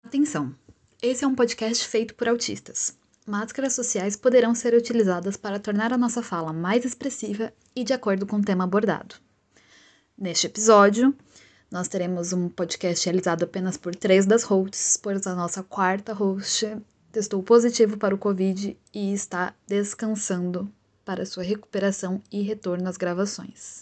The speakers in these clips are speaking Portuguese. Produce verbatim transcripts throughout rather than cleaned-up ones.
Atenção! Esse é um podcast feito por autistas. Máscaras sociais poderão ser utilizadas para tornar a nossa fala mais expressiva e de acordo com o tema abordado. Neste episódio, nós teremos um podcast realizado apenas por três das hosts, pois a nossa quarta host testou positivo para o Covid e está descansando para sua recuperação e retorno às gravações.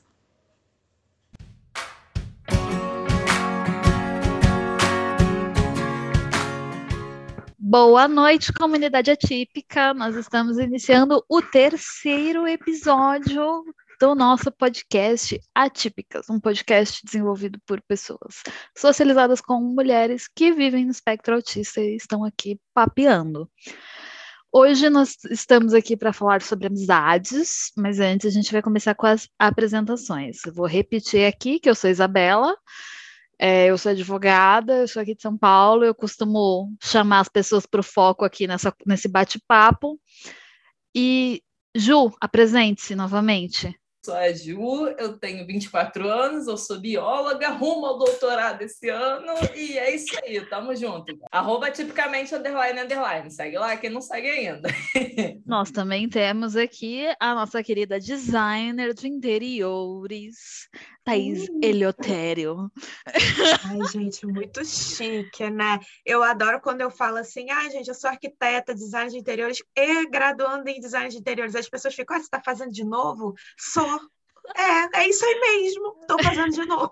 Boa noite, comunidade atípica. Nós estamos iniciando o terceiro episódio do nosso podcast Atípicas, um podcast desenvolvido por pessoas socializadas com mulheres que vivem no espectro autista e estão aqui papeando. Hoje nós estamos aqui para falar sobre amizades, mas antes a gente vai começar com as apresentações. Eu vou repetir aqui que eu sou Isabela. É, eu sou advogada, eu sou aqui de São Paulo, eu costumo chamar as pessoas para o foco aqui nessa, nesse bate-papo. E, Ju, apresente-se novamente. Sou a Ju, eu tenho vinte e quatro anos, eu sou bióloga, rumo ao doutorado esse ano, e é isso aí, tamo junto. Arroba tipicamente underline, underline, segue lá, quem não segue ainda. Nós também temos aqui a nossa querida designer de interiores, Thaís Hum. Eleutério. Ai, gente, muito chique, né? Eu adoro quando eu falo assim, ai, gente, eu sou arquiteta, design de interiores e graduando em design de interiores. As pessoas ficam, ah, você tá fazendo de novo? Sou. É, é isso aí mesmo, tô fazendo de novo.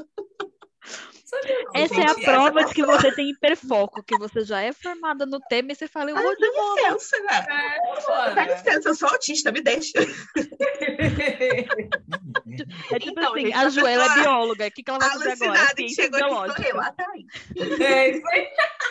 Essa Gente, é a prova essa de que você tem hiperfoco, que você já é formada no tema e você fala, eu Ah, vou de dá novo. licença, né? É, Dá bora. licença, eu sou autista, me deixa. É tipo Então, assim, gente, a a Ju, ela é pessoa bióloga, o que, que ela vai fazer agora? Alucinada que Ciência chegou aqui biológica. sou eu, a Thaís. É isso aí.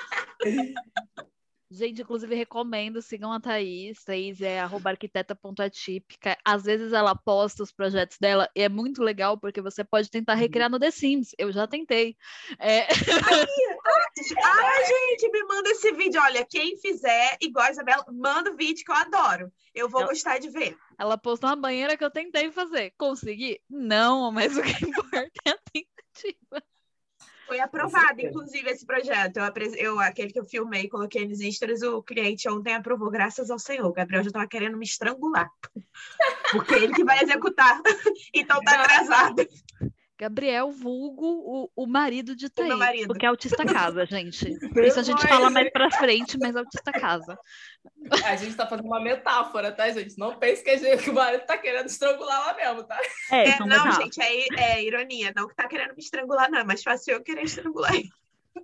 Gente, inclusive recomendo, sigam a Thaís, Thaís é arroba arquiteta ponto atípica, às vezes ela posta os projetos dela e é muito legal porque você pode tentar recriar no The Sims, eu já tentei. É... Ai, gente, me manda esse vídeo, olha, quem fizer igual a Isabela, manda o vídeo que eu adoro, eu vou Ela- gostar de ver. Ela postou uma banheira que eu tentei fazer, consegui? Não, mas o que importa é a tentativa. Foi aprovado, inclusive, esse projeto. Eu, apres- eu, aquele que eu filmei e coloquei nos extras, o cliente ontem aprovou, graças ao Senhor. O Gabriel já estava querendo me estrangular. Porque ele que vai executar. Então tá atrasado. Gabriel, vulgo o, o marido de O meu Thaís, marido. porque autista casa, gente. Isso a gente Foi, fala né? mais pra frente, mas autista casa. A gente tá fazendo uma metáfora, tá, gente? Não pense que, a gente, que o marido tá querendo estrangular lá mesmo, tá? É, É, são não, metáforas. gente, é, i- é ironia. Não que tá querendo me estrangular, não. É mais fácil eu querer estrangular ele.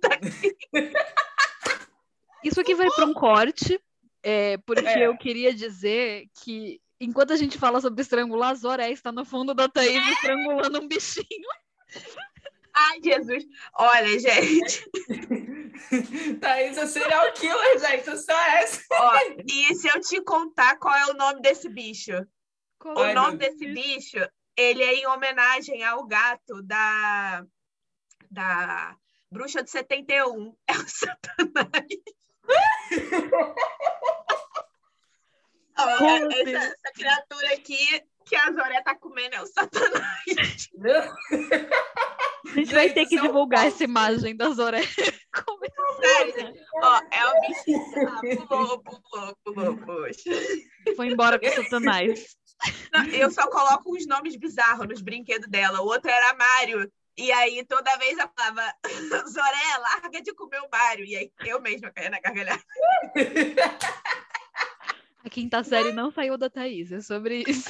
Isso aqui vai para um corte, é, porque É. eu queria dizer que enquanto a gente fala sobre estrangular, Zoré está no fundo da Thaís estrangulando um bichinho. Ai, Jesus. Olha, gente. Thaís é serial killer, gente, só essa. Ó, e se eu te contar qual é o nome desse bicho? Qual O Ai, é nome meu desse bicho, ele é em homenagem ao gato da, da Bruxa de setenta e um. É o Satanás. Ó, Como essa, assim? essa criatura aqui que a Zoré tá comendo é o Satanás. A gente vai Gente, ter que isso é um divulgar ponto. essa imagem da Zoré. Como é Sério, gente. Ó, é o bichinho. Ah, pulou, pulou, pulou, poxa. que foi embora com o Satanás? Não, eu só coloco uns nomes bizarros nos brinquedos dela. O outro era Mário. E aí, toda vez eu falava, Zoré, larga de comer o Mário. E aí, eu mesma caía na gargalhada. A quinta série não saiu da Thaís, é sobre isso.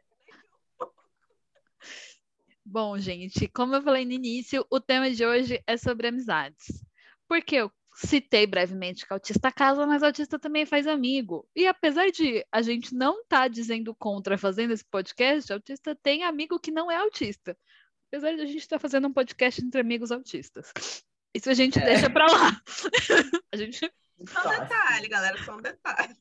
Bom, gente, como eu falei no início, o tema de hoje é sobre amizades. Porque eu citei brevemente que autista casa, mas autista também faz amigo. E apesar de a gente não estar tá dizendo contra fazendo esse podcast, autista tem amigo que não é autista. Apesar de a gente estar tá fazendo um podcast entre amigos autistas. Isso a gente É. deixa pra lá. A gente Só um detalhe, galera, só um detalhe.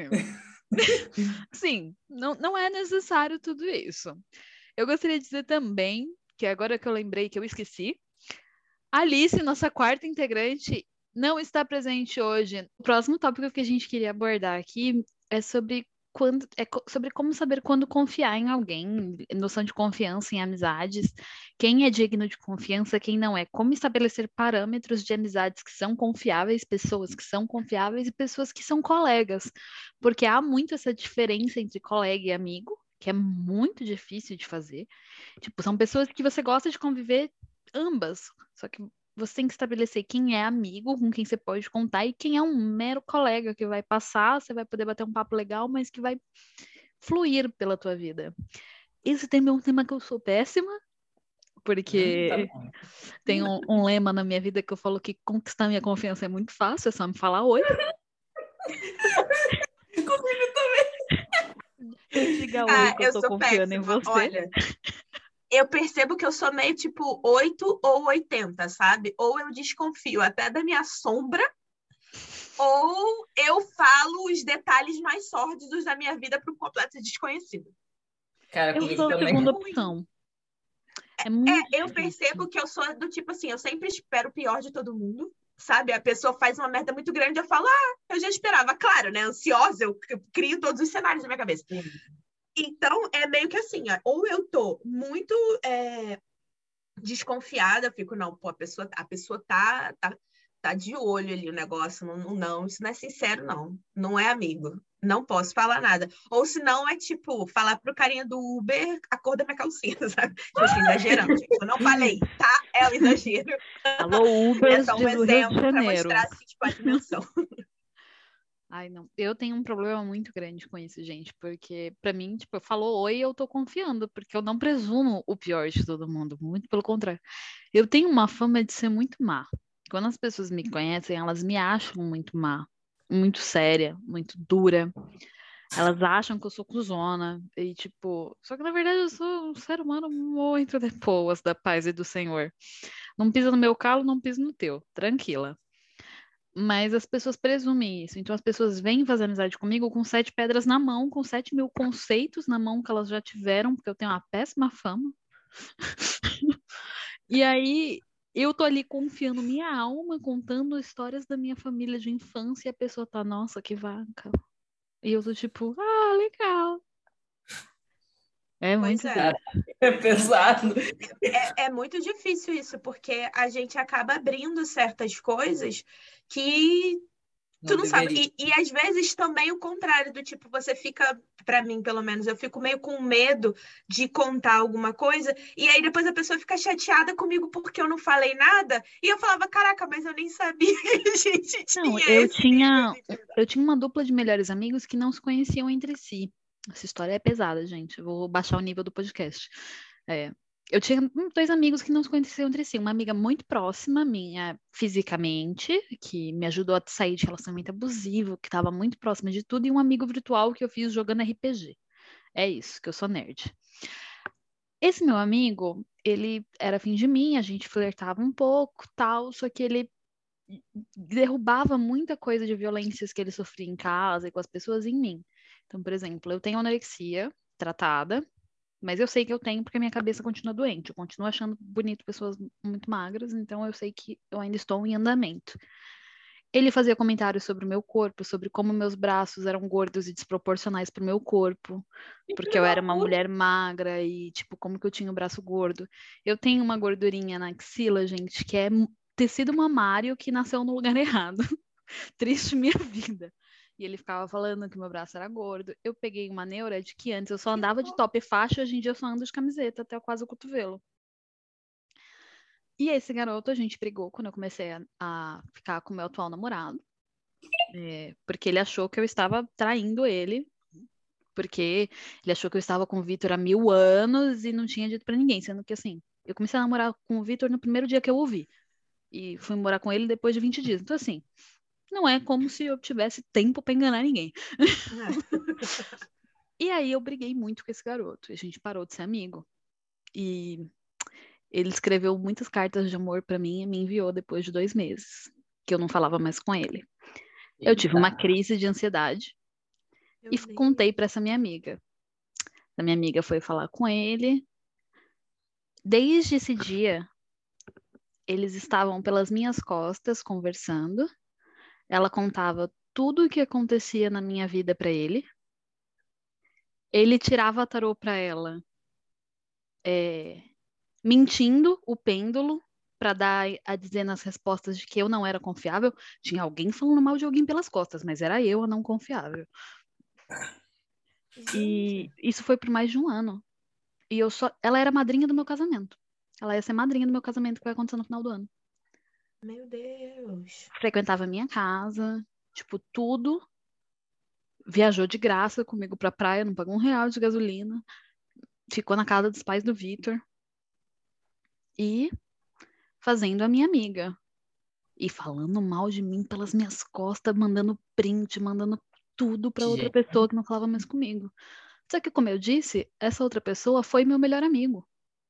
Sim, não, não é necessário tudo isso. Eu gostaria de dizer também, que agora que eu lembrei que eu esqueci, a Alice, nossa quarta integrante, não está presente hoje. O próximo tópico que a gente queria abordar aqui é sobre quando, é co- sobre como saber quando confiar em alguém, noção de confiança em amizades, quem é digno de confiança, quem não é, como estabelecer parâmetros de amizades que são confiáveis, pessoas que são confiáveis e pessoas que são colegas, porque há muito essa diferença entre colega e amigo, que é muito difícil de fazer. Tipo, são pessoas que você gosta de conviver ambas, só que você tem que estabelecer quem é amigo, com quem você pode contar, e quem é um mero colega que vai passar, você vai poder bater um papo legal, mas que vai fluir pela tua vida. Esse tema é um tema que eu sou péssima, Hum, tá porque bom. tem um, um lema na minha vida que eu falo que conquistar minha confiança é muito fácil, é só me falar oi. Comigo também. Diga oi Ah, que eu eu tô sou confiando em péssima. você. Olha, eu percebo que eu sou meio tipo oito ou oitenta, sabe? Ou eu desconfio até da minha sombra, ou eu falo os detalhes mais sórdidos da minha vida para um completo desconhecido. Cara, Eu comigo sou a também. segunda Ruim. opção. É muito É, eu difícil. percebo que eu sou do tipo assim, eu sempre espero o pior de todo mundo, sabe? A pessoa faz uma merda muito grande, eu falo, ah, eu já esperava. Claro, né? Ansiosa, eu eu crio todos os cenários na minha cabeça. Então, é meio que assim, ó, ou eu tô muito é, desconfiada, eu fico, não, pô, a pessoa, a pessoa tá, tá, tá de olho ali o negócio, não, não, não, isso não é sincero, não, não é amigo, não posso falar nada. Ou se não, é tipo, falar pro carinha do Uber a cor da minha calcinha, sabe? Tipo assim, exagerando, gente, eu não falei, tá? É um exagero. Alô, É Ubers só um do Rio de exemplo para Janeiro. mostrar, assim, tipo, a dimensão. Ai, não. Eu tenho um problema muito grande com isso, gente, porque pra mim, tipo, falou oi, eu tô confiando, porque eu não presumo o pior de todo mundo, muito pelo contrário. Eu tenho uma fama de ser muito má. Quando as pessoas me conhecem, elas me acham muito má, muito séria, muito dura. Elas acham que eu sou cuzona e tipo, só que na verdade eu sou um ser humano muito de boas, da paz e do Senhor. Não pisa no meu calo, não pisa no teu, tranquila. Mas as pessoas presumem isso. Então as pessoas vêm fazer amizade comigo com sete pedras na mão, com sete mil conceitos na mão que elas já tiveram, porque eu tenho uma péssima fama. E aí eu tô ali confiando minha alma, contando histórias da minha família de infância, e a pessoa tá, nossa, que vaca. E eu tô tipo, ah, legal. É Pois muito é. doido. É pesado. É, é muito difícil isso, porque a gente acaba abrindo certas coisas que tu Não não sabe. deveria. E, e às vezes também o contrário, do tipo, você fica, pra mim pelo menos, eu fico meio com medo de contar alguma coisa, e aí depois a pessoa fica chateada comigo porque eu não falei nada, e eu falava, caraca, mas eu nem sabia que a gente Não, tinha eu esse nível tinha, de intimidade. eu tinha uma dupla de melhores amigos que não se conheciam entre si. Essa história é pesada, gente. Eu vou baixar o nível do podcast. É, eu tinha hum, dois amigos que não se conheciam entre si. Uma amiga muito próxima minha fisicamente, que me ajudou a sair de relacionamento abusivo, que estava muito próxima de tudo, e um amigo virtual que eu fiz jogando R P G. É isso, que eu sou nerd. Esse meu amigo, ele era afim de mim, a gente flertava um pouco, tal, só que ele derrubava muita coisa de violências que ele sofria em casa e com as pessoas em mim. Então, por exemplo, eu tenho anorexia tratada, mas eu sei que eu tenho porque a minha cabeça continua doente. Eu continuo achando bonito pessoas muito magras, então eu sei que eu ainda estou em andamento. Ele fazia comentários sobre o meu corpo, sobre como meus braços eram gordos e desproporcionais para o meu corpo, Que porque filho eu da era uma puta. mulher magra e, tipo, como que eu tinha o braço gordo. Eu tenho uma gordurinha na axila, gente, que é tecido mamário que nasceu no lugar errado. Triste minha vida. E ele ficava falando que meu braço era gordo. Eu peguei uma neura de que antes eu só andava de top e faixa, hoje em dia eu só ando de camiseta até quase o cotovelo. E esse garoto, a gente brigou quando eu comecei a, a ficar com o meu atual namorado. É, porque ele achou que eu estava traindo ele. Porque ele achou que eu estava com o Vitor há mil anos e não tinha dito pra ninguém. Sendo que, assim, eu comecei a namorar com o Vitor no primeiro dia que eu ouvi. E fui morar com ele depois de vinte dias. Então, assim, não é como se eu tivesse tempo pra enganar ninguém. E aí eu briguei muito com esse garoto. A gente parou de ser amigo. E ele escreveu muitas cartas de amor pra mim e me enviou depois de dois meses, que eu não falava mais com ele. Eu tive uma Eita. crise de ansiedade Meu e Deus. contei pra essa minha amiga. A minha amiga foi falar com ele. Desde esse dia, eles estavam pelas minhas costas conversando. Ela contava tudo o que acontecia na minha vida pra ele. Ele tirava tarô pra ela, é, mentindo o pêndulo pra dar a dizer nas respostas de que eu não era confiável. Tinha alguém falando mal de alguém pelas costas, mas era eu a não confiável. E Gente, isso foi por mais de um ano. E eu só, ela era madrinha do meu casamento. Ela ia ser madrinha do meu casamento que vai acontecer no final do ano. meu Deus. Frequentava a minha casa, tipo, tudo. Viajou de graça comigo pra praia, não pagou um real de gasolina. Ficou na casa dos pais do Vitor. E fazendo a minha amiga. E falando mal de mim pelas minhas costas, mandando print, mandando tudo pra outra Gente, pessoa que não falava mais comigo. Só que, como eu disse, essa outra pessoa foi meu melhor amigo.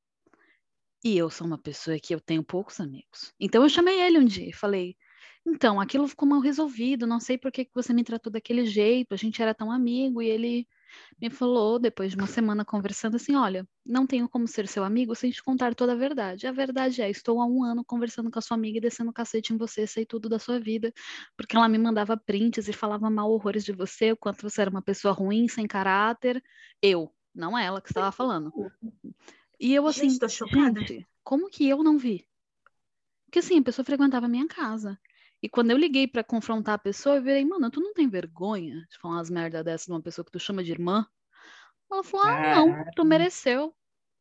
E eu sou uma pessoa que eu tenho poucos amigos. Então eu chamei ele um dia e falei: então, aquilo ficou mal resolvido, não sei por que que você me tratou daquele jeito, a gente era tão amigo. E ele me falou, depois de uma semana conversando, assim: olha, não tenho como ser seu amigo sem te contar toda a verdade. A verdade é, estou há um ano conversando com a sua amiga e descendo cacete em você, sei tudo da sua vida, porque ela me mandava prints e falava mal horrores de você, o quanto você era uma pessoa ruim, sem caráter. Eu, não ela que estava falando. E eu Gente, assim, tô chocada. gente, como que eu não vi? Porque assim, a pessoa frequentava a minha casa. E quando eu liguei pra confrontar a pessoa, eu virei: mano, tu não tem vergonha de falar umas merda dessas de uma pessoa que tu chama de irmã? Ela falou: ah, não, cara, tu mereceu.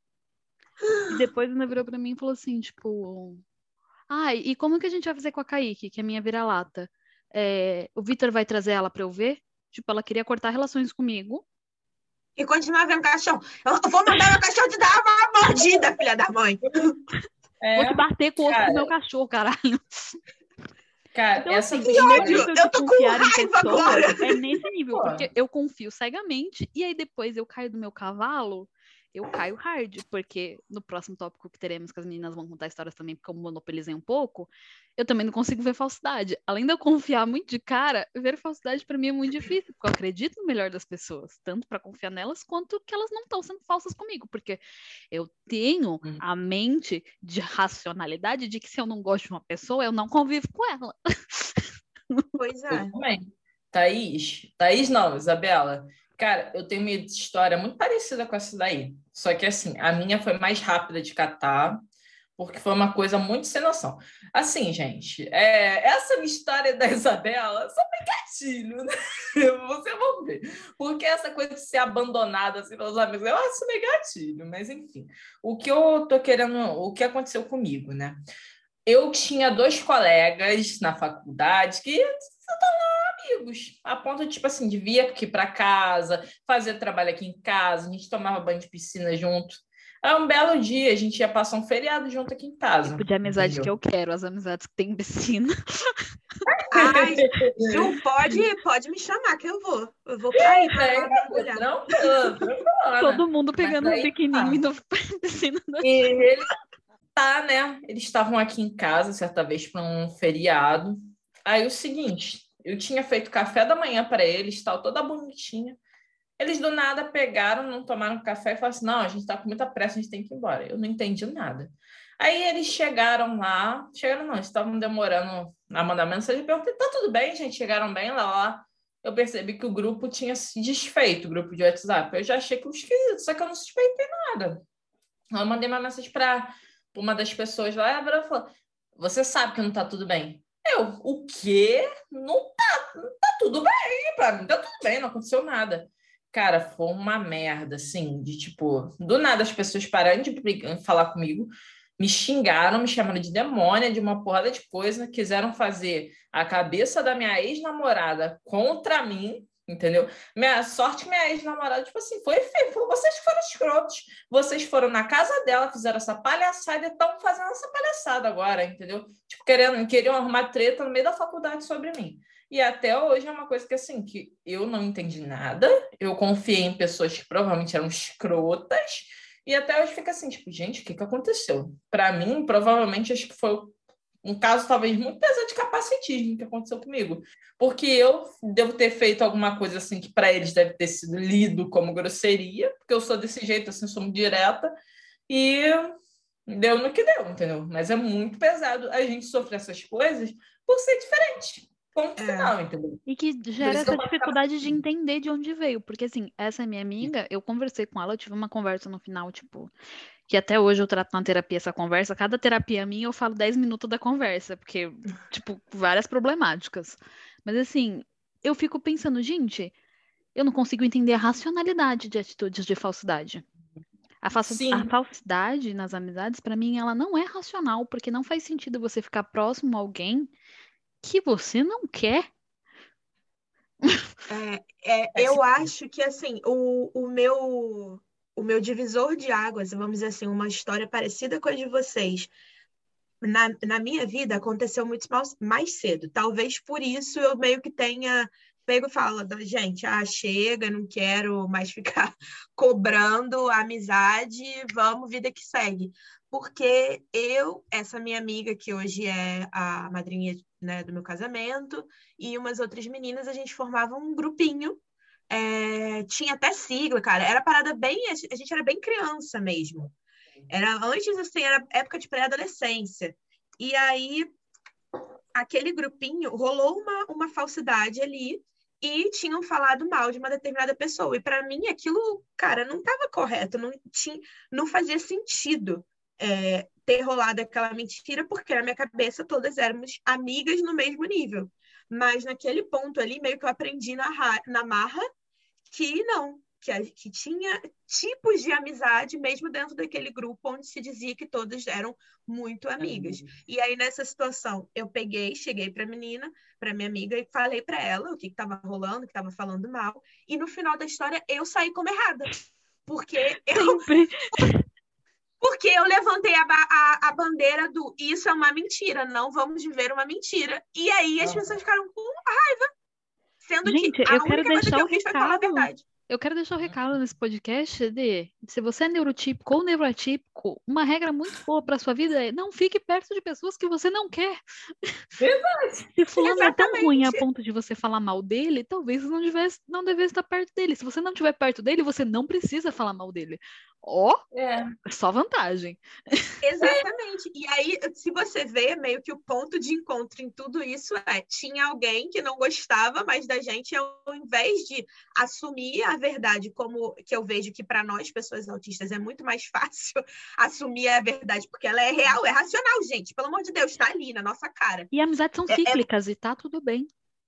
E depois ainda virou pra mim e falou assim, tipo, ah, e como que a gente vai fazer com a Kaique, que é minha vira-lata? É, o Vitor vai trazer ela pra eu ver? Tipo, ela queria cortar relações comigo. E continuar vendo cachorro. Eu vou mandar meu cachorro te dar uma mordida, filha da mãe. Vou te é, bater com o osso do meu cara, cachorro, caralho. cara, Então, essa assim, tua o meu história, nível Eu de tô com confiar em raiva pessoas agora. é nesse nível, pô, porque eu confio cegamente e aí depois eu caio do meu cavalo, eu caio hard, porque no próximo tópico que teremos, que as meninas vão contar histórias também, porque eu monopolizei um pouco, eu também não consigo ver falsidade. Além de eu confiar muito de cara, ver falsidade pra mim é muito difícil, porque eu acredito no melhor das pessoas, tanto pra confiar nelas, quanto que elas não estão sendo falsas comigo, porque eu tenho hum, a mente de racionalidade de que se eu não gosto de uma pessoa, eu não convivo com ela. Pois eu é. também. Thaís, Thaís não, Isabela. Cara, eu tenho uma história muito parecida com essa daí. Só que assim, a minha foi mais rápida de catar, porque foi uma coisa muito sem noção. Assim, gente, é, essa minha história da Isabela só tem gatilho, né? Você vai ver. Porque essa coisa de ser abandonada assim, pelos amigos, eu acho meio gatilho, mas enfim. O que eu tô querendo, o que aconteceu comigo, né? Eu tinha dois colegas na faculdade que amigos, a ponto de, tipo assim, de vir aqui para casa, fazer trabalho aqui em casa, a gente tomava banho de piscina junto. Aí um belo dia, a gente ia passar um feriado junto aqui em Tipo casa, de amizade que entendeu? eu quero, as amizades que tem piscina. Ai, Ju, pode, pode me chamar que eu vou. Eu vou pra aí, pra Bem, lá mergulhar. tranquilo, tranquilo, Todo mundo mas pegando um aí biquininho tá. indo pra piscina. Da... E ele tá, né? Eles estavam aqui em casa certa vez para um feriado. Aí o seguinte, eu tinha feito café da manhã para eles, tal, toda bonitinha. Eles do nada pegaram, não tomaram café e falaram assim: não, a gente tá com muita pressa, a gente tem que ir embora. Eu não entendi nada. Aí eles chegaram lá, chegaram não, eles estavam demorando a mandar mensagem. Eu perguntei: tá tudo bem, gente? Chegaram bem lá, lá. Eu percebi que o grupo tinha se desfeito, o grupo de WhatsApp. Eu já achei que eu esquisito, só que eu não suspeitei nada. Eu mandei uma mensagem para uma das pessoas lá, e a Vera falou: você sabe que não tá tudo bem? Eu, o quê? Não tá, não tá tudo bem, pra mim tá tudo bem, não aconteceu nada. Cara, foi uma merda, assim, de tipo, do nada as pessoas pararam de brigar, falar comigo, me xingaram, me chamaram de demônia, de uma porrada de coisa, quiseram fazer a cabeça da minha ex-namorada contra mim, entendeu? Minha sorte que minha ex-namorada, tipo assim, foi feio, falou: vocês foram escrotos, vocês foram na casa dela, fizeram essa palhaçada e estão fazendo essa palhaçada agora, entendeu? Tipo, querendo, queriam arrumar treta no meio da faculdade sobre mim. E até hoje é uma coisa que, assim, que eu não entendi nada, eu confiei em pessoas que provavelmente eram escrotas, e até hoje fica assim, tipo, gente, o que que aconteceu? Para mim, provavelmente, acho que foi um caso talvez muito pesado de capacitismo que aconteceu comigo, porque eu devo ter feito alguma coisa assim que para eles deve ter sido lido como grosseria, porque eu sou desse jeito, assim, sou muito direta, e deu no que deu, entendeu? Mas é muito pesado a gente sofrer essas coisas por ser diferente, ponto É. final, entendeu? E que Por gera isso que eu essa faço dificuldade de entender de onde veio. Porque, assim, essa minha amiga, eu conversei com ela, eu tive uma conversa no final, tipo, que até hoje eu trato na terapia essa conversa. Cada terapia minha eu falo dez minutos da conversa, porque, tipo, várias problemáticas. Mas, assim, eu fico pensando, gente, eu não consigo entender a racionalidade de atitudes de falsidade. A, falsa- a Sim, falsidade nas amizades, pra mim, ela não é racional, porque não faz sentido você ficar próximo a alguém que você não quer. É, é, é eu assim, acho que assim, o, o meu o meu divisor de águas, vamos dizer assim, uma história parecida com a de vocês, na, na minha vida aconteceu muito mais, mais cedo. Talvez por isso eu meio que tenha pego e falo, gente, ah, chega, não quero mais ficar cobrando a amizade, vamos, vida que segue. Porque eu, essa minha amiga, que hoje é a madrinha, né, do meu casamento, e umas outras meninas, a gente formava um grupinho. É, tinha até sigla, cara. Era parada bem. A gente era bem criança mesmo. Era antes, assim, era época de pré-adolescência. E aí, aquele grupinho, rolou uma, uma falsidade ali e tinham falado mal de uma determinada pessoa. E para mim, aquilo, cara, não estava correto, não, tinha, não fazia sentido é, ter rolado aquela mentira, porque na minha cabeça todas éramos amigas no mesmo nível. Mas naquele ponto ali, meio que eu aprendi na, ra- na marra que não, que, a- que tinha tipos de amizade mesmo dentro daquele grupo onde se dizia que todas eram muito amigas. E aí nessa situação, eu peguei, cheguei para a menina, para minha amiga e falei para ela o que estava rolando, que estava falando mal, e no final da história eu saí como errada. Porque eu, Sempre. porque eu levantei a, ba- a, a bandeira do isso é uma mentira, não vamos viver uma mentira. E aí as pessoas ficaram com raiva, sendo que Gente, eu a quero única coisa que deixar o eu fiz foi falar a recado. verdade. Eu quero deixar o recado nesse podcast de, se você é neurotípico ou neuroatípico, uma regra muito boa para sua vida é não fique perto de pessoas que você não quer. verdade. Se fulano é tão ruim a Exatamente. ponto de você falar mal dele, talvez você não devesse, não devesse estar perto dele. Se você não estiver perto dele, você não precisa falar mal dele. Ó, É, só vantagem. Exatamente. E aí, se você vê, meio que o ponto de encontro em tudo isso é: tinha alguém que não gostava mais da gente, ao invés de assumir a verdade, como que eu vejo que para nós, pessoas autistas, é muito mais fácil assumir a verdade, porque ela é real, é racional, gente. Pelo amor de Deus, está ali na nossa cara. E amizades são É, é cíclicas e tá tudo bem.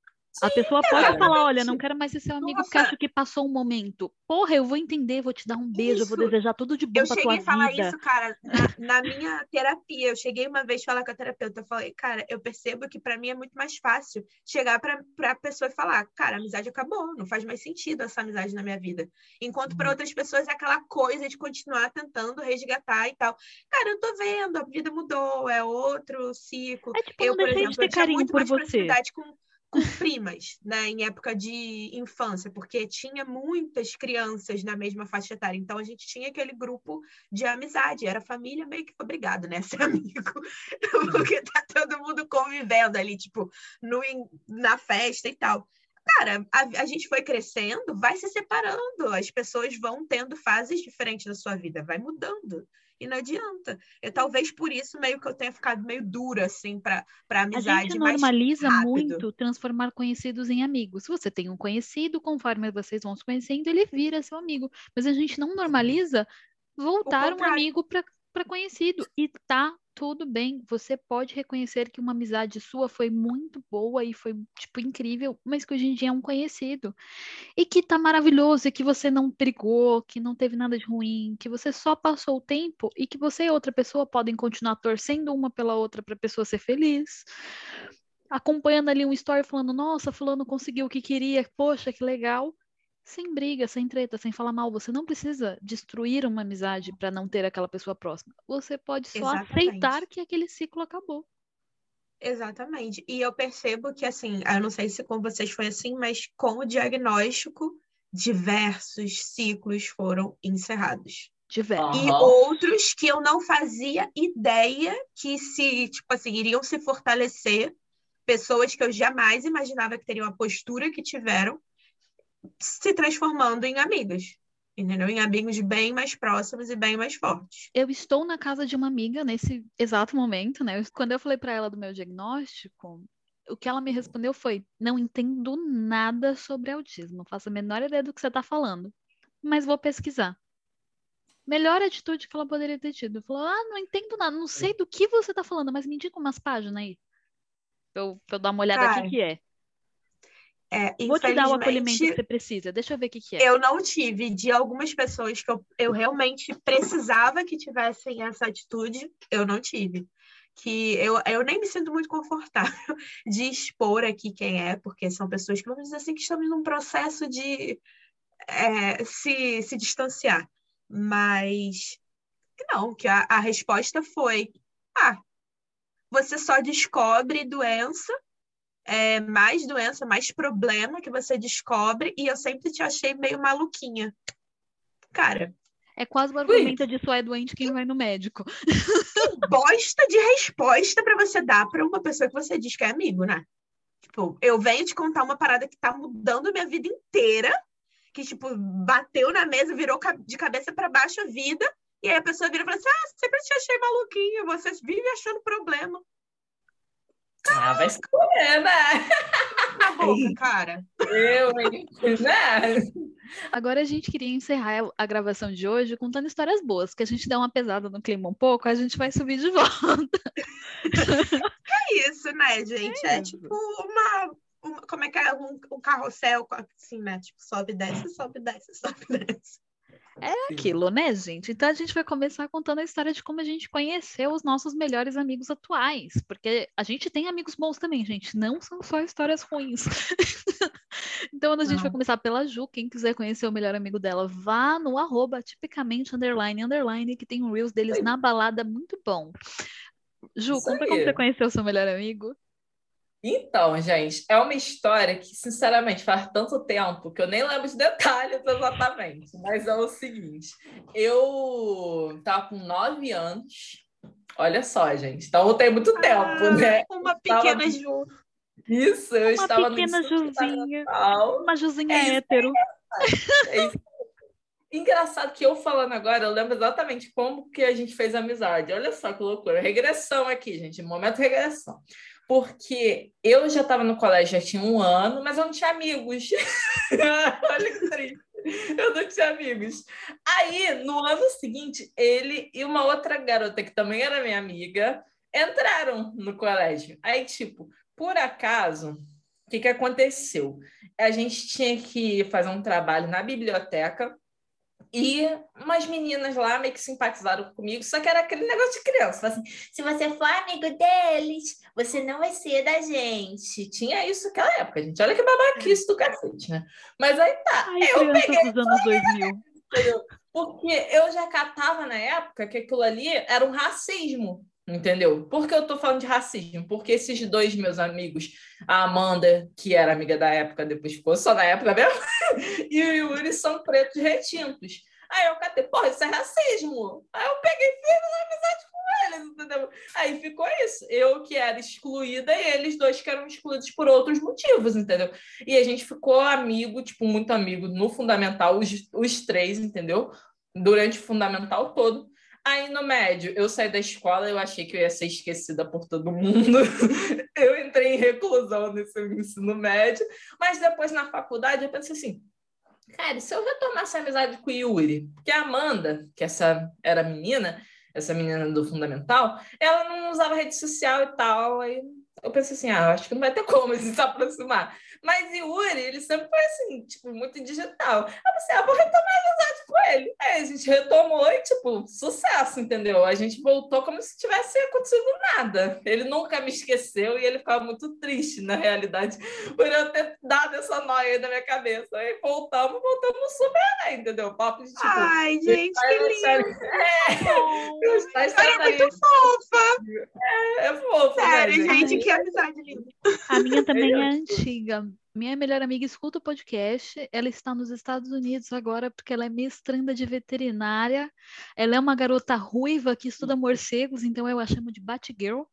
A pessoa pode cara. falar, olha, não exatamente. quero mais ser seu amigo porque Nossa, acho que passou um momento. Porra, eu vou entender, vou te dar um beijo, eu vou isso. desejar tudo de bom Eu pra tua cheguei a falar vida. isso, cara, na, na minha terapia. Eu cheguei uma vez a falar com a terapeuta. Eu falei, cara, eu percebo que para mim é muito mais fácil chegar para a pessoa e falar, cara, a amizade acabou, não faz mais sentido essa amizade na minha vida. Enquanto para outras pessoas é aquela coisa de continuar tentando resgatar e tal. Cara, eu tô vendo, a vida mudou, é outro ciclo. É tipo, não Eu, por deixei de exemplo, eu ter tinha carinho muito por mais você. proximidade com com primas, né, em época de infância, porque tinha muitas crianças na mesma faixa etária, então a gente tinha aquele grupo de amizade, era família meio que obrigado, né, ser amigo, porque tá todo mundo convivendo ali, tipo, no, na festa e tal. Cara, a, a gente foi crescendo, vai se separando, as pessoas vão tendo fases diferentes da sua vida, vai mudando. E não adianta. Eu, talvez por isso meio que eu tenha ficado meio dura, assim, para para A gente amizade mais normaliza rápido. muito transformar conhecidos em amigos. Se você tem um conhecido, conforme vocês vão se conhecendo, ele vira seu amigo. Mas a gente não normaliza O voltar um contrário. amigo para conhecido. E tá tudo bem. Você pode reconhecer que uma amizade sua foi muito boa e foi, tipo, incrível, mas que hoje em dia é um conhecido. E que tá maravilhoso, e que você não brigou, que não teve nada de ruim, que você só passou o tempo e que você e outra pessoa podem continuar torcendo uma pela outra para a pessoa ser feliz. Acompanhando ali um story falando, nossa, fulano conseguiu o que queria, poxa, que legal. Sem briga, sem treta, sem falar mal. Você não precisa destruir uma amizade para não ter aquela pessoa próxima. Você pode só aceitar Exatamente. que aquele ciclo acabou. Exatamente. E eu percebo que, assim, eu não sei se com vocês foi assim, mas com o diagnóstico, diversos ciclos foram encerrados. E Diversos. Aham. outros que eu não fazia ideia que se, tipo assim, iriam se fortalecer, pessoas que eu jamais imaginava que teriam a postura que tiveram, se transformando em amigas, entendeu? Em amigos bem mais próximos e bem mais fortes. Eu estou na casa de uma amiga nesse exato momento, né? Quando eu falei para ela do meu diagnóstico, o que ela me respondeu foi: não entendo nada sobre autismo, não faço a menor ideia do que você está falando, mas vou pesquisar. Melhor atitude que ela poderia ter tido. Falou: ah, não entendo nada, não sei do que você está falando, mas me indica umas páginas aí, pra eu, pra eu dar uma olhada aqui Cara, que é. é, Vou te dar o acolhimento que infelizmente, você precisa, deixa eu ver o que que é. eu não tive de algumas pessoas que eu, eu realmente precisava que tivessem essa atitude, eu não tive. Que eu, eu nem me sinto muito confortável de expor aqui quem é, porque são pessoas que, vamos dizer assim, que estamos num processo de é, se, se distanciar. Mas não, que a, a resposta foi: ah, você só descobre doença, é, mais doença, mais problema que você descobre, e eu sempre te achei meio maluquinha. Cara, É quase o Ui, argumento de só é doente quem vai no médico. bosta de resposta pra você dar pra uma pessoa que você diz que é amigo, né? Tipo, eu venho te contar uma parada que tá mudando minha vida inteira, que, tipo, bateu na mesa, virou ca- de cabeça pra baixo a vida, e aí a pessoa vira e fala assim: ah, sempre te achei maluquinha, você vive achando problema. ah, vai escolher, né? Na boca, cara. Eu, hein? Né? Agora a gente queria encerrar a gravação de hoje contando histórias boas, que a gente dá uma pesada no clima um pouco, a gente vai subir de volta. É isso, né, gente? É Isso. tipo uma, uma- como é que é? Um, um carrossel, assim, né? Tipo, sobe, desce, sobe, desce, sobe, desce. É aquilo, né, gente? Então a gente vai começar contando a história de como a gente conheceu os nossos melhores amigos atuais, porque a gente tem amigos bons também, gente, não são só histórias ruins. Então a gente vai Não. começar pela Ju. Quem quiser conhecer o melhor amigo dela, vá no arroba tipicamente underline underline, que tem um Reels deles na balada muito bom. Ju, Isso conta como você aí. conheceu o seu melhor amigo. Então, gente, é uma história que, sinceramente, faz tanto tempo que eu nem lembro os detalhes exatamente. Mas é o seguinte: eu tava com nove anos. Olha só, gente. Então, tem muito tempo, Ah, né? uma Estava... pequena Ju. Isso, eu Uma estava no pequena ensino Juzinha, fundamental. uma Juzinha É isso, hétero. é isso. Engraçado que eu falando agora, eu lembro exatamente como que a gente fez amizade. Olha só que loucura. Regressão aqui, gente. Momento regressão. Porque eu já estava no colégio, já tinha um ano, mas eu não tinha amigos. Olha que triste. Eu não tinha amigos. Aí, no ano seguinte, ele e uma outra garota, que também era minha amiga, entraram no colégio. Aí, tipo, por acaso, o que que aconteceu? A gente tinha que fazer um trabalho na biblioteca e umas meninas lá meio que simpatizaram comigo, só que era aquele negócio de criança. Assim, se você for amigo deles, você não vai ser da gente. Tinha isso naquela época, gente. Olha que babaquice do cacete, né? Mas aí tá, Ai, eu crianças peguei, dos anos dois mil. entendeu? Porque eu já catava na época que aquilo ali era um racismo, entendeu? Por que eu tô falando de racismo? Porque esses dois meus amigos, a Amanda, que era amiga da época, depois ficou só na época mesmo, e o Yuri são pretos retintos. Aí eu catei, porra, isso é racismo. Aí eu peguei e fiz uma amizade com eles, entendeu? Aí ficou isso. Eu que era excluída e eles dois que eram excluídos por outros motivos, entendeu? E a gente ficou amigo, tipo, muito amigo no fundamental, os, os três, entendeu? Durante o fundamental todo. Aí no médio, eu saí da escola, eu achei que eu ia ser esquecida por todo mundo. Eu entrei em reclusão nesse ensino médio, mas depois na faculdade eu pensei assim, cara, e se eu retomar essa amizade com o Yuri? Porque a Amanda, que essa era a menina, essa menina do fundamental, ela não usava rede social e tal. Aí eu pensei assim, ah, eu acho que não vai ter como a gente se aproximar. Mas Yuri, ele sempre foi assim, tipo, muito digital. Eu pensei, ah, vou retomar a amizade com ele. Aí a gente retomou e, tipo, sucesso, entendeu? A gente voltou como se tivesse acontecido nada. Ele nunca me esqueceu e ele ficava muito triste, na realidade, por eu ter dado essa noia aí na minha cabeça. Aí voltamos, voltamos super bem, entendeu? Papo de tipo, Ai, meus gente, que pais lindo. acharem- é, meus pais Ela é muito tratariam. fofa. É fofo, né, Sério, gente? gente, Ai, que amizade linda. a minha também é antiga. Minha melhor amiga escuta o podcast. Ela está nos Estados Unidos agora porque ela é mestranda de veterinária. Ela é uma garota ruiva que estuda morcegos, então eu a chamo de Batgirl.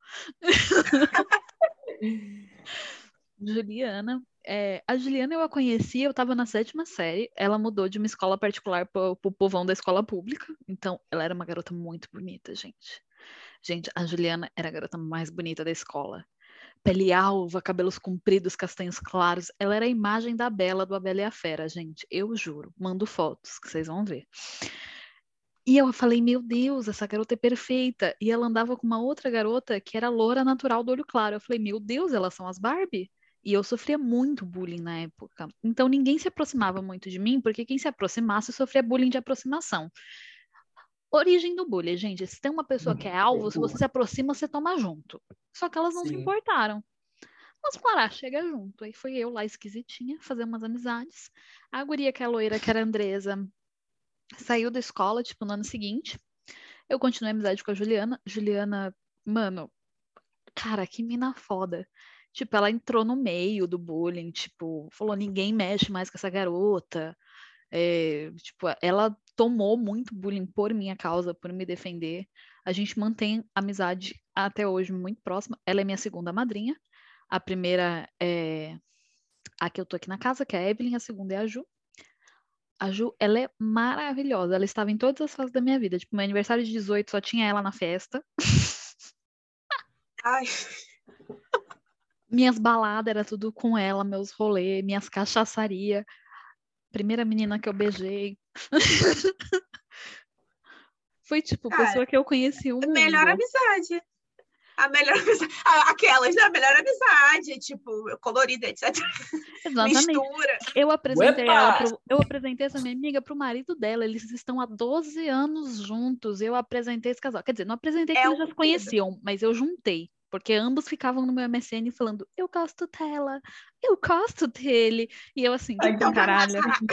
Juliana. É, a Juliana eu a conheci, eu estava na sétima série. Ela mudou de uma escola particular para o povão da escola pública. Então, ela era uma garota muito bonita, gente. Gente, a Juliana era a garota mais bonita da escola. pele alva, cabelos compridos, castanhos claros. Ela era a imagem da Bela do A Bela e a Fera, gente. Eu juro. Mando fotos que vocês vão ver. E eu falei, meu Deus, essa garota é perfeita. E ela andava com uma outra garota que era loura natural do olho claro. Eu falei, meu Deus, elas são as Barbie? E eu sofria muito bullying na época. Então ninguém se aproximava muito de mim, porque quem se aproximasse sofria bullying de aproximação. Origem do bullying, gente. Se tem uma pessoa que é alvo, se você se aproxima, você toma junto. Só que elas não se Sim. importaram. Mas Pará chega junto. Aí foi eu lá esquisitinha, fazer umas amizades. A guria que é loira, que era a Andresa, saiu da escola, tipo, no ano seguinte. Eu continuei a amizade com a Juliana. Juliana, mano, cara, que mina foda. Tipo, ela entrou no meio do bullying, tipo, falou, ninguém mexe mais com essa garota. É, tipo, ela tomou muito bullying por minha causa, por me defender. A gente mantém amizade até hoje muito próxima. Ela é minha segunda madrinha. A primeira é a que eu tô aqui na casa, que é a Evelyn. A segunda é a Ju. A Ju, ela é maravilhosa. Ela estava em todas as fases da minha vida. Tipo, meu aniversário de dezoito só tinha ela na festa. Ai, Minhas baladas era tudo com ela, meus rolês, minhas cachaçaria. Primeira menina que eu beijei. Foi, tipo, Cara, pessoa que eu conheci o a melhor mundo. amizade. A melhor amizade. Ah, aquelas, né? A melhor amizade, tipo, colorida, etcétera. Exatamente. Mistura. Eu apresentei Uepa! ela pro, eu apresentei essa minha amiga pro marido dela. Eles estão há doze anos juntos. Eu apresentei esse casal. Quer dizer, não apresentei que É eles já um se conheciam, mas eu juntei. Porque ambos ficavam no meu M S N falando, eu gosto dela, eu gosto dele. E eu assim, Ai, tipo, Então, caralho. caraca.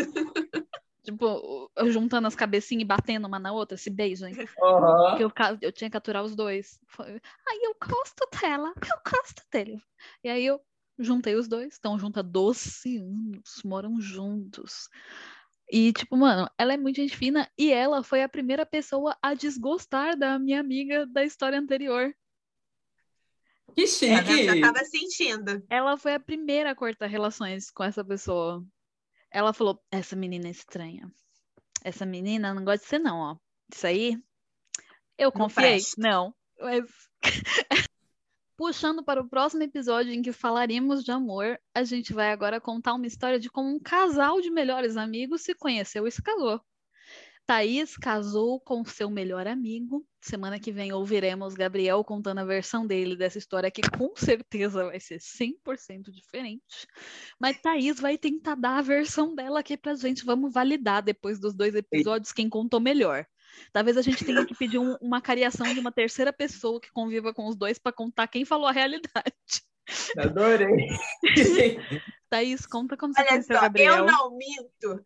Tipo, eu juntando as cabecinhas e batendo uma na outra, se beijam. Aham. Porque eu, ca- eu tinha que aturar os dois. Foi, ai, eu gosto dela, eu gosto dele. E aí eu juntei os dois, estão juntos há doze anos, moram juntos. E, tipo, mano, ela é muito gente fina e ela foi a primeira pessoa a desgostar da minha amiga da história anterior. Que Tá vendo? Já chique! tava sentindo. Ela foi a primeira a cortar relações com essa pessoa. Ela falou, essa menina é estranha. Essa menina não gosta de você não, ó. Isso aí, eu Não confiei? presta. Não. Mas... Puxando para o próximo episódio em que falaremos de amor, a gente vai agora contar uma história de como um casal de melhores amigos se conheceu e se casou. Thaís casou com seu melhor amigo. Semana que vem ouviremos Gabriel contando a versão dele dessa história que com certeza vai ser cem por cento diferente. Mas Thaís vai tentar dar a versão dela aqui pra gente. Vamos validar depois dos dois episódios quem contou melhor. Talvez a gente tenha que pedir um- uma cariação de uma terceira pessoa que conviva com os dois para contar quem falou a realidade. Adorei. Thaís, conta como você Olha conheceu o só, Gabriel. eu não minto.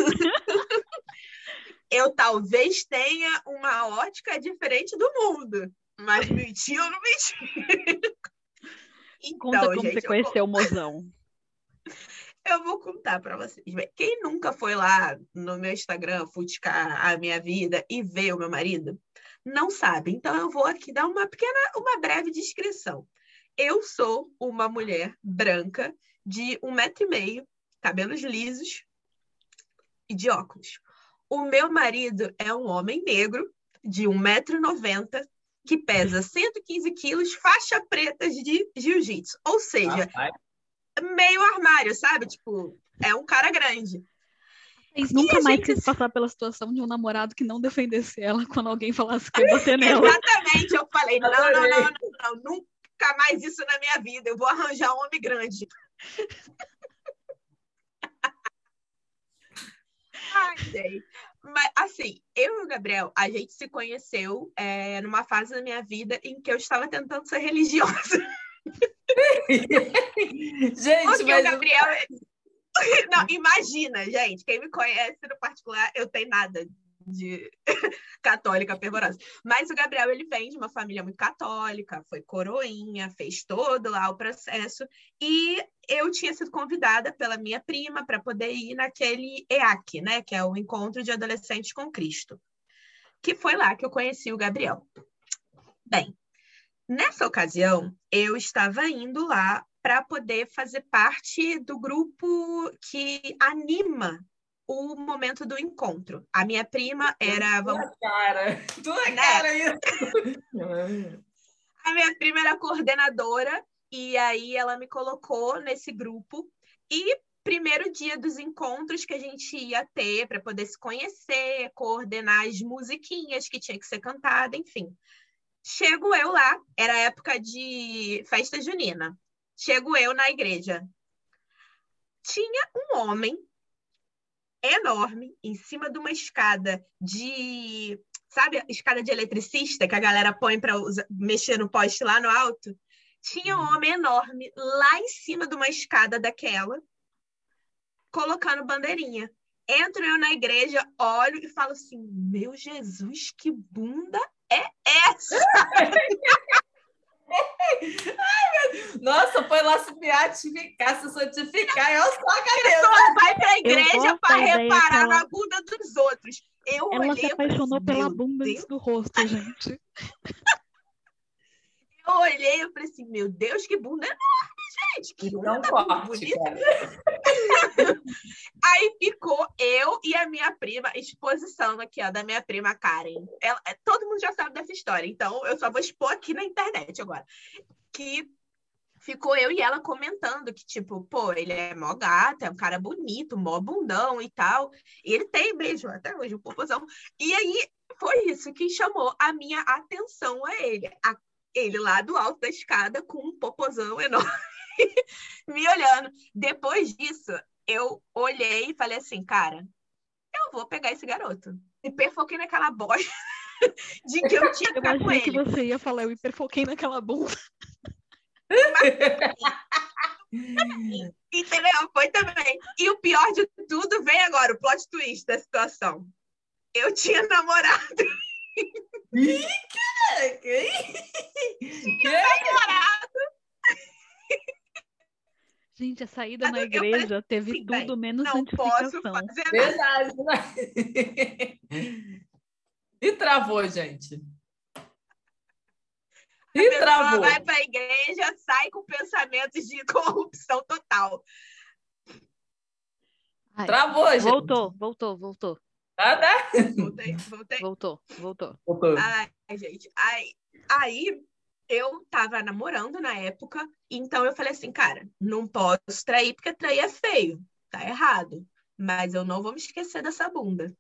Eu talvez tenha uma ótica diferente do mundo, mas mentir eu não menti. Conta Então, como você gente, eu vou, conheceu o mozão. eu vou contar para vocês. Bem, quem nunca foi lá no meu Instagram fuçcar a minha vida e ver o meu marido, não sabe. Então, eu vou aqui dar uma pequena, uma breve descrição. Eu sou uma mulher branca de um metro e meio, cabelos lisos e de óculos. O meu marido é um homem negro de um metro e noventa que pesa cento e quinze quilos, faixa preta de jiu-jitsu. Ou seja, Rapaz, meio armário, sabe? Tipo, é um cara grande. Thaís nunca a mais gente- quis passar pela situação de um namorado que não defendesse ela quando alguém falasse que ia bater nela. Exatamente, eu falei, não, não, Adorei. não, não, não, nunca mais isso na minha vida, eu vou arranjar um homem grande. Ai, gente. Mas, assim, eu e o Gabriel, a gente se conheceu é, numa fase da minha vida em que eu estava tentando ser religiosa. gente, Porque o mas Gabriel... Não, imagina, gente, quem me conhece no particular, eu tenho nada de católica fervorosa. Mas o Gabriel, ele vem de uma família muito católica, foi coroinha, fez todo lá o processo. E eu tinha sido convidada pela minha prima para poder ir naquele E A C, né, que é o Encontro de Adolescentes com Cristo. Que foi lá que eu conheci o Gabriel. Bem, nessa ocasião, eu estava indo lá para poder fazer parte do grupo que anima o momento do encontro. A minha prima era... tua cara, tua Né? cara isso. A minha prima era coordenadora E aí ela me colocou nesse grupo. E primeiro dia dos encontros que a gente ia ter para poder se conhecer, coordenar as musiquinhas que tinha que ser cantada, enfim. Chego eu lá, era época de festa junina. Chego eu na igreja. Tinha um homem enorme em cima de uma escada de... Sabe a escada de eletricista que a galera põe para mexer no poste lá no alto? Tinha um homem enorme lá em cima de uma escada daquela, colocando bandeirinha. Entro eu na igreja, olho e falo assim, meu Jesus, que bunda é essa? Nossa, foi lá se beatificar, se santificar, eu sou a A pessoa vai pra igreja para reparar ela... na bunda dos outros. Eu ela olhei, se apaixonou assim, pela bunda antes do rosto, gente. Eu olhei e falei assim, meu Deus, que bunda enorme, gente. Que bunda não forte, bonita. Aí ficou eu e a minha prima, exposição aqui, ó, da minha prima Karen. Ela, todo mundo já sabe dessa história, então eu só vou expor aqui na internet agora. Que ficou eu e ela comentando que, tipo, pô, ele é mó gato, é um cara bonito, mó bundão e tal. E ele tem beijo até hoje, um popozão. E aí foi isso que chamou a minha atenção a ele. A, ele lá do alto da escada com um popozão enorme me olhando. Depois disso, eu olhei e falei assim, cara, eu vou pegar esse garoto. E perfoquei naquela bosta de que eu tinha que ficar com ele. Eu achei que você ia falar, eu hiperfoquei naquela bunda. Entendeu? Foi também. E o pior de tudo vem agora, o plot twist da situação. Eu tinha namorado. Ih, cara! Tinha namorado. Gente, a saída na igreja falei, teve sim, tudo bem, menos não santificação. Posso fazer Verdade, né? E travou, gente. E a pessoa travou. Vai para a igreja, sai com pensamentos de corrupção total. Ai, travou, gente. Voltou, voltou, voltou. Ah, né? Voltei, voltei. Voltou, voltou. voltou. Ai, gente. Aí, aí eu tava namorando na época, então eu falei assim, cara, não posso trair porque trair é feio, tá errado. Mas eu não vou me esquecer dessa bunda.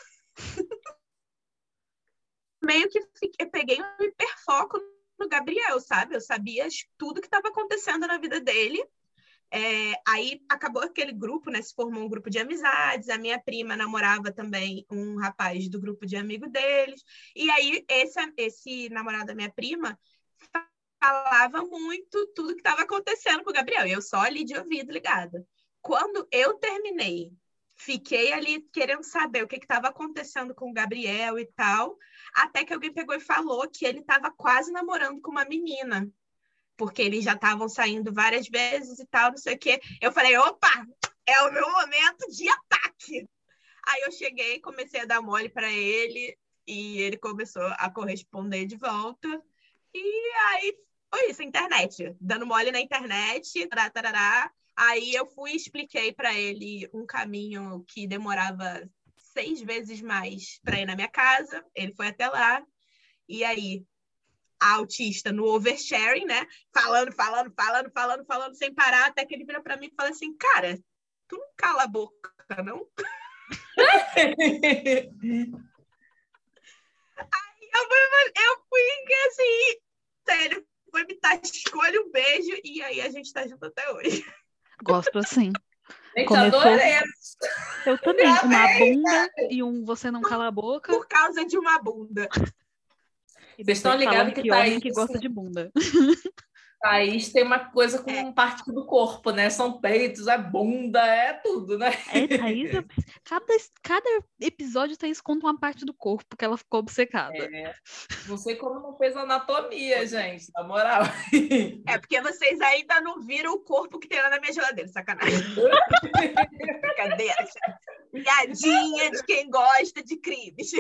Meio que fiquei, peguei um hiperfoco no Gabriel, sabe? Eu sabia tudo que estava acontecendo na vida dele. É, aí acabou aquele grupo, né? Se formou um grupo de amizades. A minha prima namorava também um rapaz do grupo de amigo deles. E aí esse, esse namorado da minha prima falava muito tudo que estava acontecendo com o Gabriel. E eu só ali de ouvido ligada. Quando eu terminei, fiquei ali querendo saber o que estava acontecendo com o Gabriel e tal, até que alguém pegou e falou que ele estava quase namorando com uma menina, porque eles já estavam saindo várias vezes e tal, não sei o quê. Eu falei, opa, é o meu momento de ataque. Aí eu cheguei, comecei a dar mole para ele, e ele começou a corresponder de volta. E aí foi isso, internet. Dando mole na internet, tarará, tarará. Aí eu fui e expliquei para ele um caminho que demorava seis vezes mais para ir na minha casa. Ele foi até lá. E aí, a autista no oversharing, né? Falando, falando, falando, falando, falando, sem parar, até que ele vira para mim e fala assim, cara, tu não cala a boca, não? Aí eu fui, eu fui assim, sério, foi me tascou-lhe um beijo e aí a gente tá junto até hoje. Gosto assim. Gente, Começou... adorei. Eu também. Uma bunda e um você não cala a boca. Por causa de uma bunda. Vocês estão ligados que, que Thaís, homem que gosta de bunda. Thaís tem uma coisa com é. parte do corpo, né? São peitos, a bunda, é tudo, né? É, Thaís, cada, cada episódio Thaís conta uma parte do corpo que ela ficou obcecada. É. Não sei como não fez anatomia, gente, na moral. É porque vocês ainda não viram o corpo que tem lá na minha geladeira, sacanagem. Brincadeira, piadinha de quem gosta de crimes.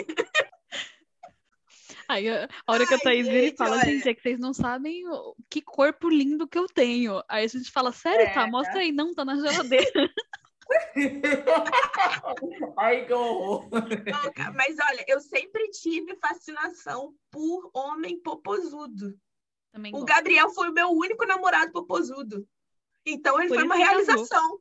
Aí a hora que a Thaís vira e fala, olha... gente, é que vocês não sabem o... que corpo lindo que eu tenho. Aí a gente fala, sério, é, tá? Mostra aí. Não, tá na geladeira. Ai, que horror. Mas olha, eu sempre tive fascinação por homem popozudo. Também O gosto. Gabriel foi o meu único namorado popozudo. Então ele Por foi isso uma que casou. realização.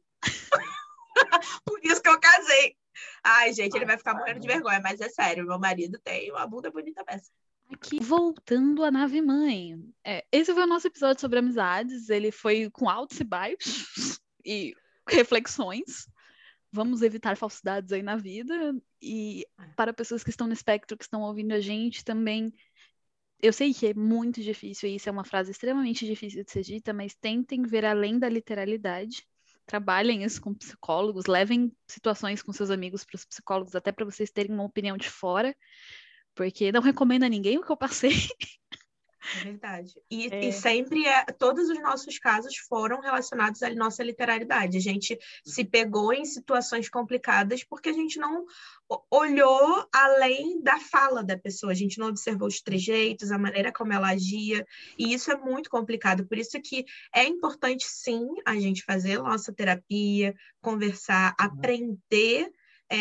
Por isso que eu casei. Ai, gente, ele vai ficar morrendo de vergonha, mas é sério, meu marido tem uma bunda bonita peça. Aqui, voltando à nave mãe. É, esse foi o nosso episódio sobre amizades. Ele foi com altos e baixos e reflexões. Vamos evitar falsidades aí na vida. E para pessoas que estão no espectro, que estão ouvindo a gente também, eu sei que é muito difícil, e isso é uma frase extremamente difícil de ser dita, mas tentem ver além da literalidade. Trabalhem isso com psicólogos, levem situações com seus amigos para os psicólogos, até para vocês terem uma opinião de fora, porque não recomendo a ninguém o que eu passei. É verdade. E, É. e sempre, é, todos os nossos casos foram relacionados à nossa literalidade. A gente se pegou em situações complicadas porque a gente não o- olhou além da fala da pessoa. A gente não observou os trejeitos, a maneira como ela agia. E isso é muito complicado. Por isso que é importante, sim, a gente fazer a nossa terapia, conversar, aprender...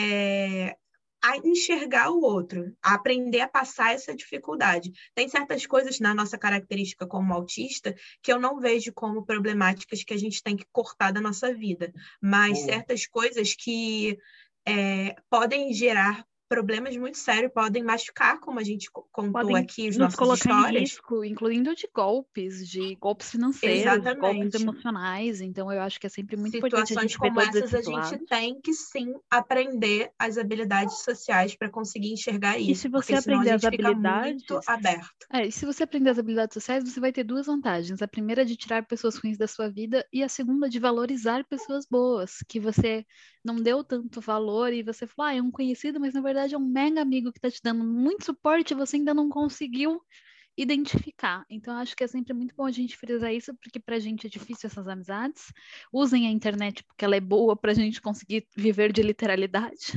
é, a enxergar o outro, a aprender a passar essa dificuldade. Tem certas coisas na nossa característica como autista que eu não vejo como problemáticas que a gente tem que cortar da nossa vida, mas Boa. certas coisas que é, podem gerar problemas muito sérios, podem machucar, como a gente co- contou Podem aqui, as nos nossas colocar em histórias. risco, incluindo de golpes, de golpes financeiros, de golpes Exatamente. emocionais. Então, eu acho que é sempre muito importante a Situações gente ver como todos essas, a esses gente lados. tem que sim aprender as habilidades sociais para conseguir enxergar E isso, se porque você senão a aprender as gente fica muito habilidades, aberto. é, e se você aprender as habilidades sociais, você vai ter duas vantagens. A primeira é de tirar pessoas ruins da sua vida, e a segunda é de valorizar pessoas boas, que você não deu tanto valor e você falou, ah, é um conhecido, mas na verdade é um mega amigo que está te dando muito suporte e você ainda não conseguiu identificar. Então, eu acho que é sempre muito bom a gente frisar isso, porque pra gente é difícil essas amizades. Usem a internet porque ela é boa pra gente conseguir viver de literalidade.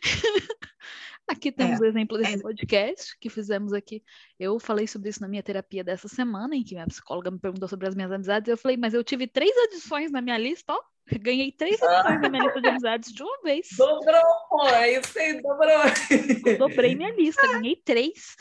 Aqui temos É, o exemplo desse é, podcast que fizemos aqui. Eu falei sobre isso na minha terapia dessa semana, em que minha psicóloga me perguntou sobre as minhas amizades. Eu falei, mas eu tive três adições na minha lista, ó. Ganhei três adições na minha lista de amizades de uma vez. Dobrou, pô, é isso aí, dobrou. Dobrei minha lista, ganhei três.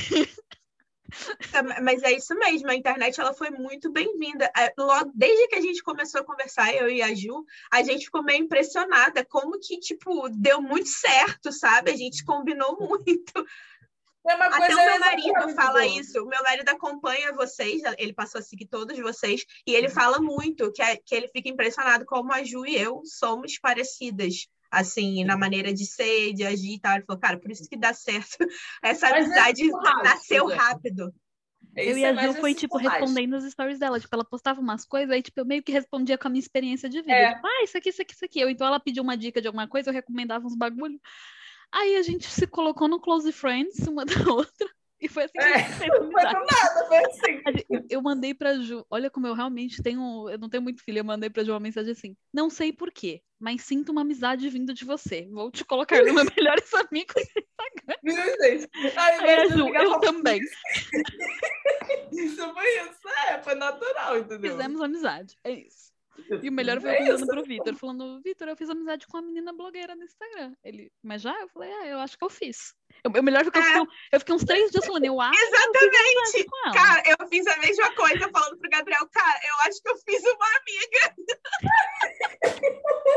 é, mas é isso mesmo, a internet ela foi muito bem-vinda. É, logo, desde que a gente começou a conversar, eu e a Ju, a gente ficou meio impressionada, como que, tipo, deu muito certo, sabe? A gente combinou muito. É uma Até coisa o meu marido exatamente, fala pô. isso. O meu marido acompanha vocês, ele passou a seguir todos vocês, e ele fala muito que, é- que ele fica impressionado como a Ju e eu somos parecidas, assim, na maneira de ser, de agir e tal. Ele falou, cara, por isso que dá certo. Essa Mas é amizade tipo rápido, nasceu né? rápido. Eu Isso e é a mais Ju foi, assim, tipo, borracha. respondendo as stories dela. Tipo, ela postava umas coisas, aí, tipo, eu meio que respondia com a minha experiência de vida. É. Tipo, ah, isso aqui, isso aqui, isso aqui. Ou então ela pediu uma dica de alguma coisa, eu recomendava uns bagulho. Aí a gente se colocou no Close Friends, uma da outra. E foi assim que a É, gente fez não foi amizade. do nada, foi assim. A gente- Eu mandei pra Ju, olha como eu realmente tenho, eu não tenho muito filho, eu mandei pra Ju uma mensagem assim, não sei por quê, mas sinto uma amizade vindo de você, vou te colocar no meu melhores amigos. Viu, gente? Aí, Aí a mas Ju, eu também, Isso foi isso, é, foi natural, entendeu? fizemos amizade, é isso. E o melhor foi eu É contando isso. pro Vitor, falando, Vitor, eu fiz amizade com uma menina blogueira no Instagram. Ele, mas já? Eu falei, ah, eu acho que eu fiz. Eu- O melhor foi que eu É. fiquei, eu fiquei uns três dias falando, eu acho que eu fiz Exatamente. amizade com ela. Cara, eu fiz a mesma coisa falando pro Gabriel, cara, eu acho que eu fiz uma amiga.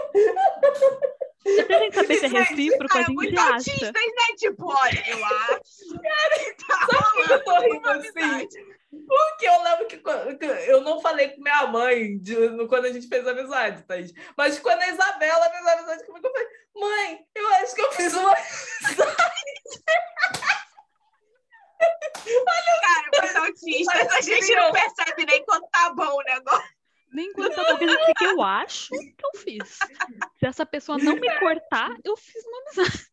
Até a gente saber se é Gente, recíproco, a Cara, gente muito acha. autistas, né? Tipo, olha, eu acho que tá Sabe por que eu tô rolando rindo uma assim? amizade. Porque eu lembro que quando- que eu não falei com minha mãe de- no- quando a gente fez amizade, Thaís. Mas quando a Isabela fez amizade comigo, eu falei, mãe, eu acho que eu fiz uma Cara, muito autistas, a gente não percebe nem quando tá bom o negócio. Nem quando tá bom, que a gente fica, eu acho que eu fiz. Se essa pessoa não me cortar, eu fiz uma amizade.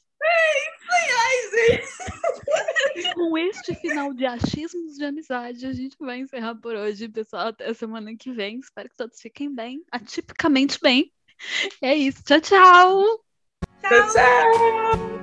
E com este final de achismos de amizade, a gente vai encerrar por hoje, pessoal. Até a semana que vem. Espero que todos fiquem bem, atipicamente bem. É isso. Tchau, tchau! Tchau!